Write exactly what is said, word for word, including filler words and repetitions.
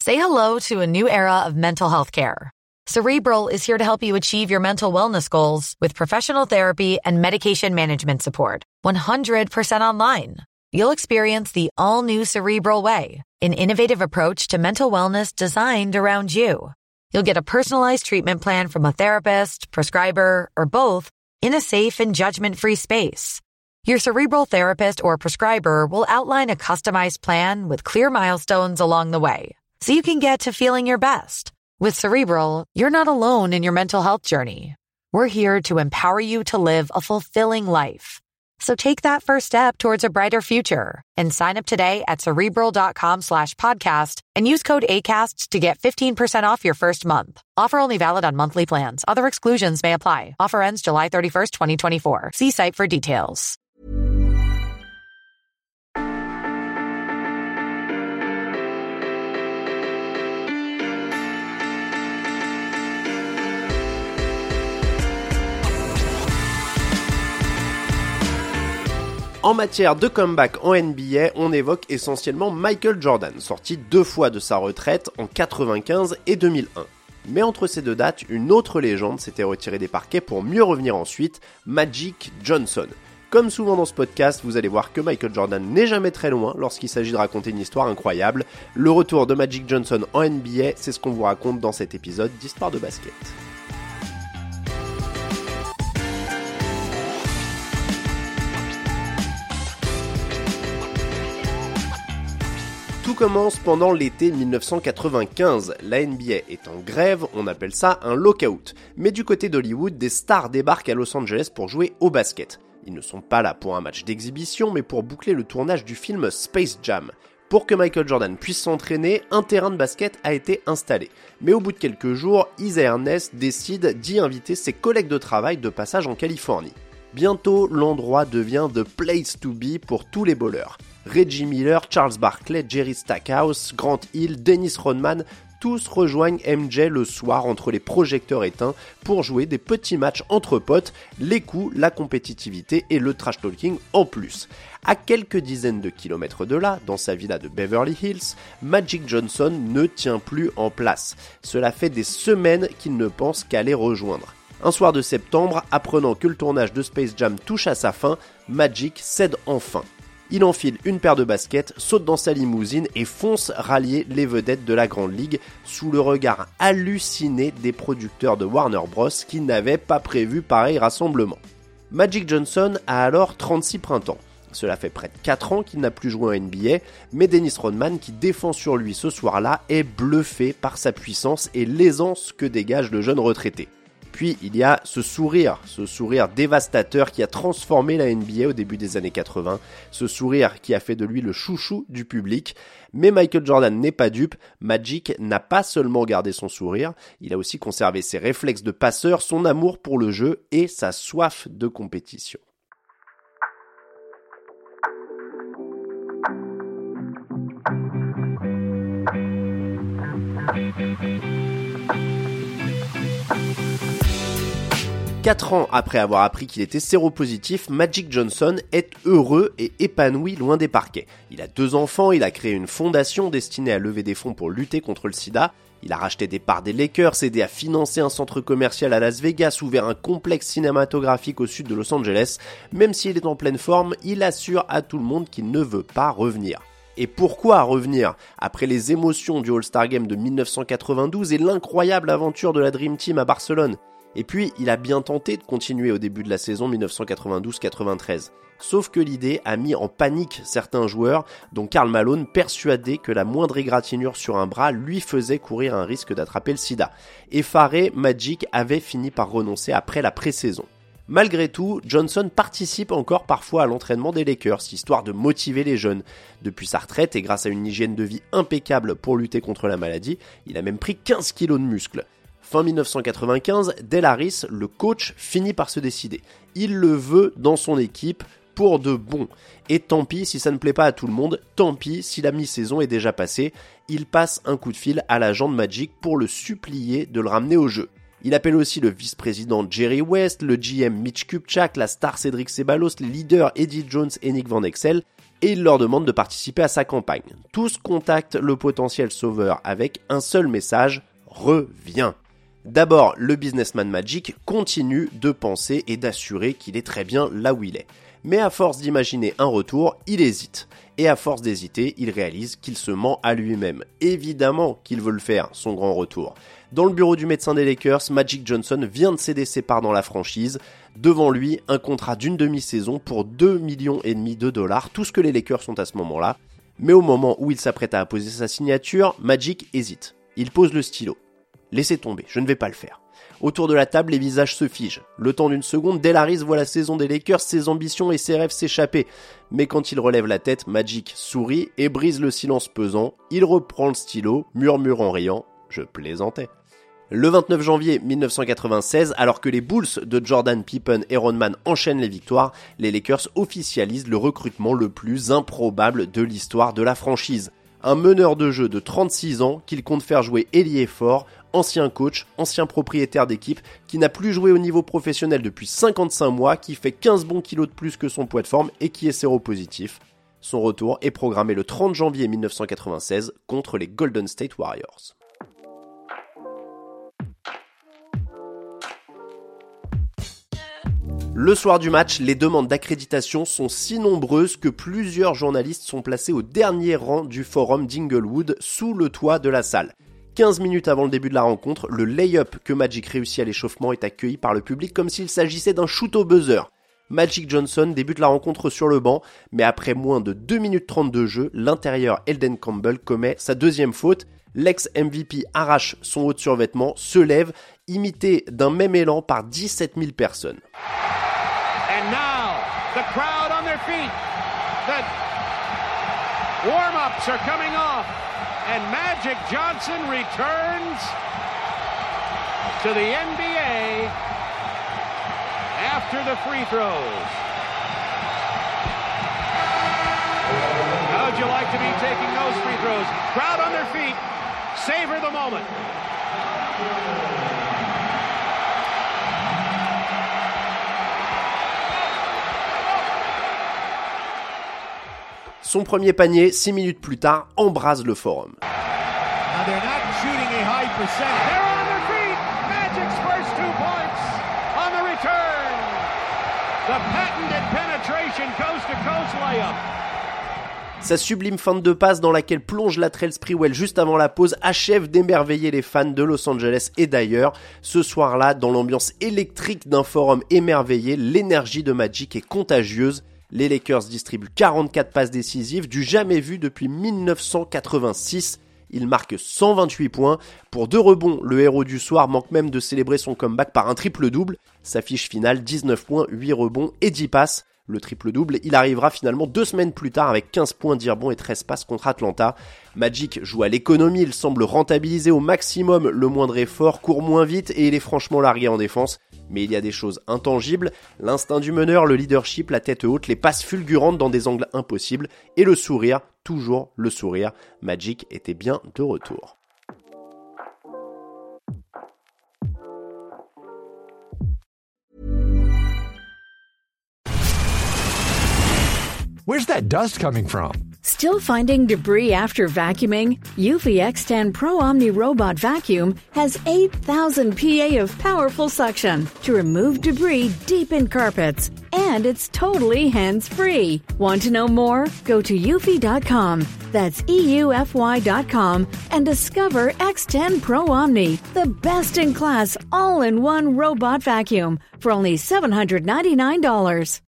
Say hello to a new era of mental health care. Cerebral is here to help you achieve your mental wellness goals with professional therapy and medication management support. one hundred percent online. You'll experience the all-new Cerebral Way, an innovative approach to mental wellness designed around you. You'll get a personalized treatment plan from a therapist, prescriber, or both in a safe and judgment-free space. Your Cerebral therapist or prescriber will outline a customized plan with clear milestones along the way, so you can get to feeling your best. With Cerebral, you're not alone in your mental health journey. We're here to empower you to live a fulfilling life. So take that first step towards a brighter future and sign up today at Cerebral.com slash podcast and use code ACAST to get fifteen percent off your first month. Offer only valid on monthly plans. Other exclusions may apply. Offer ends July thirty-first, twenty twenty-four. See site for details. En matière de comeback en N B A, on évoque essentiellement Michael Jordan, sorti deux fois de sa retraite en quatre-vingt-quinze et deux mille un. Mais entre ces deux dates, une autre légende s'était retirée des parquets pour mieux revenir ensuite, Magic Johnson. Comme souvent dans ce podcast, vous allez voir que Michael Jordan n'est jamais très loin lorsqu'il s'agit de raconter une histoire incroyable. Le retour de Magic Johnson en N B A, c'est ce qu'on vous raconte dans cet épisode d'Histoire de basket. Tout commence pendant l'été dix-neuf cent quatre-vingt-quinze. La N B A est en grève, on appelle ça un lockout. Mais du côté d'Hollywood, des stars débarquent à Los Angeles pour jouer au basket. Ils ne sont pas là pour un match d'exhibition, mais pour boucler le tournage du film Space Jam. Pour que Michael Jordan puisse s'entraîner, un terrain de basket a été installé. Mais au bout de quelques jours, Isaiah Ernest décide d'y inviter ses collègues de travail de passage en Californie. Bientôt, l'endroit devient the place to be pour tous les bowlers. Reggie Miller, Charles Barkley, Jerry Stackhouse, Grant Hill, Dennis Rodman, tous rejoignent M J le soir entre les projecteurs éteints pour jouer des petits matchs entre potes, les coups, la compétitivité et le trash talking en plus. À quelques dizaines de kilomètres de là, dans sa villa de Beverly Hills, Magic Johnson ne tient plus en place. Cela fait des semaines qu'il ne pense qu'à les rejoindre. Un soir de septembre, apprenant que le tournage de Space Jam touche à sa fin, Magic cède enfin. Il enfile une paire de baskets, saute dans sa limousine et fonce rallier les vedettes de la Grande Ligue sous le regard halluciné des producteurs de Warner Bros qui n'avaient pas prévu pareil rassemblement. Magic Johnson a alors trente-six printemps. Cela fait près de quatre ans qu'il n'a plus joué en N B A, mais Dennis Rodman, qui défend sur lui ce soir-là, est bluffé par sa puissance et l'aisance que dégage le jeune retraité. Puis il y a ce sourire, ce sourire dévastateur qui a transformé la N B A au début des années quatre-vingts, ce sourire qui a fait de lui le chouchou du public. Mais Michael Jordan n'est pas dupe, Magic n'a pas seulement gardé son sourire, il a aussi conservé ses réflexes de passeur, son amour pour le jeu et sa soif de compétition. Quatre ans après avoir appris qu'il était séropositif, Magic Johnson est heureux et épanoui loin des parquets. Il a deux enfants, il a créé une fondation destinée à lever des fonds pour lutter contre le sida, il a racheté des parts des Lakers, aidé à financer un centre commercial à Las Vegas, ouvert un complexe cinématographique au sud de Los Angeles. Même s'il est en pleine forme, il assure à tout le monde qu'il ne veut pas revenir. Et pourquoi revenir ? Après les émotions du All-Star Game de dix-neuf cent quatre-vingt-douze et l'incroyable aventure de la Dream Team à Barcelone. Et puis, il a bien tenté de continuer au début de la saison dix-neuf cent quatre-vingt-douze quatre-vingt-treize. Sauf que l'idée a mis en panique certains joueurs, dont Karl Malone, persuadé que la moindre égratignure sur un bras lui faisait courir un risque d'attraper le sida. Effaré, Magic avait fini par renoncer après la pré-saison. Malgré tout, Johnson participe encore parfois à l'entraînement des Lakers, histoire de motiver les jeunes. Depuis sa retraite et grâce à une hygiène de vie impeccable pour lutter contre la maladie, il a même pris quinze kilos de muscles. Fin dix-neuf cent quatre-vingt-quinze, Del Harris, le coach, finit par se décider. Il le veut dans son équipe pour de bon. Et tant pis si ça ne plaît pas à tout le monde, tant pis si la mi-saison est déjà passée. Il passe un coup de fil à l'agent de Magic pour le supplier de le ramener au jeu. Il appelle aussi le vice-président Jerry West, le G M Mitch Kupchak, la star Cédric Ceballos, les leaders Eddie Jones et Nick Van Exel. et il leur demande de participer à sa campagne. Tous contactent le potentiel sauveur avec un seul message, reviens. D'abord, le businessman Magic continue de penser et d'assurer qu'il est très bien là où il est. Mais à force d'imaginer un retour, il hésite. Et à force d'hésiter, il réalise qu'il se ment à lui-même. Évidemment qu'il veut le faire, son grand retour. Dans le bureau du médecin des Lakers, Magic Johnson vient de céder ses parts dans la franchise. Devant lui, un contrat d'une demi-saison pour deux millions et demi de dollars, tout ce que les Lakers sont à ce moment-là. Mais au moment où il s'apprête à apposer sa signature, Magic hésite. Il pose le stylo. Laissez tomber, je ne vais pas le faire. Autour de la table, les visages se figent. Le temps d'une seconde, Del Harris voit la saison des Lakers, ses ambitions et ses rêves s'échapper. Mais quand il relève la tête, Magic sourit et brise le silence pesant. Il reprend le stylo, murmure en riant « Je plaisantais ». Le vingt-neuf janvier mille neuf cent quatre-vingt-seize, alors que les Bulls de Jordan, Pippen et Rodman enchaînent les victoires, les Lakers officialisent le recrutement le plus improbable de l'histoire de la franchise. Un meneur de jeu de trente-six ans qu'il compte faire jouer ailier fort, ancien coach, ancien propriétaire d'équipe, qui n'a plus joué au niveau professionnel depuis cinquante-cinq mois, qui fait quinze bons kilos de plus que son poids de forme et qui est séropositif. Son retour est programmé le trente janvier mille neuf cent quatre-vingt-seize contre les Golden State Warriors. Le soir du match, les demandes d'accréditation sont si nombreuses que plusieurs journalistes sont placés au dernier rang du forum d'Inglewood, sous le toit de la salle. quinze minutes avant le début de la rencontre, le lay-up que Magic réussit à l'échauffement est accueilli par le public comme s'il s'agissait d'un shoot au buzzer. Magic Johnson débute la rencontre sur le banc, mais après moins de deux minutes trente de jeu, l'intérieur Elden Campbell commet sa deuxième faute. L'ex-M V P arrache son haut de survêtement, se lève, imité d'un même élan par dix-sept mille personnes. And now, the crowd on their feet. The warm-ups are coming off. And Magic Johnson returns to the N B A after the free throws. How'd you like to be taking those free throws? Crowd on their feet. Savor the moment. Son premier panier, six minutes plus tard, embrase le forum. Now they're not shooting a high percent. They're on their feet. Magic's first two points on the return. The patented penetration coast-to-coast layup. Sa sublime feinte de passe dans laquelle plonge Latrell Sprewell juste avant la pause achève d'émerveiller les fans de Los Angeles et d'ailleurs. Ce soir-là, dans l'ambiance électrique d'un forum émerveillé, l'énergie de Magic est contagieuse. Les Lakers distribuent quarante-quatre passes décisives, du jamais vu depuis mille neuf cent quatre-vingt-six. Il marque cent vingt-huit points. Pour deux rebonds, le héros du soir manque même de célébrer son comeback par un triple-double. Sa fiche finale, dix-neuf points, huit rebonds et dix passes. Le triple-double, il arrivera finalement deux semaines plus tard avec quinze points, dix rebonds et treize passes contre Atlanta. Magic joue à l'économie, il semble rentabiliser au maximum le moindre effort, court moins vite et il est franchement largué en défense. Mais il y a des choses intangibles, l'instinct du meneur, le leadership, la tête haute, les passes fulgurantes dans des angles impossibles et le sourire, toujours le sourire. Magic était bien de retour. Where's that dust coming from? Still finding debris after vacuuming? Eufy X ten Pro Omni Robot Vacuum has eight thousand P A of powerful suction to remove debris deep in carpets. And it's totally hands-free. Want to know more? Go to eufy dot com. That's E U F Y dot com and discover X ten Pro Omni, the best-in-class all-in-one robot vacuum for only seven hundred ninety-nine dollars.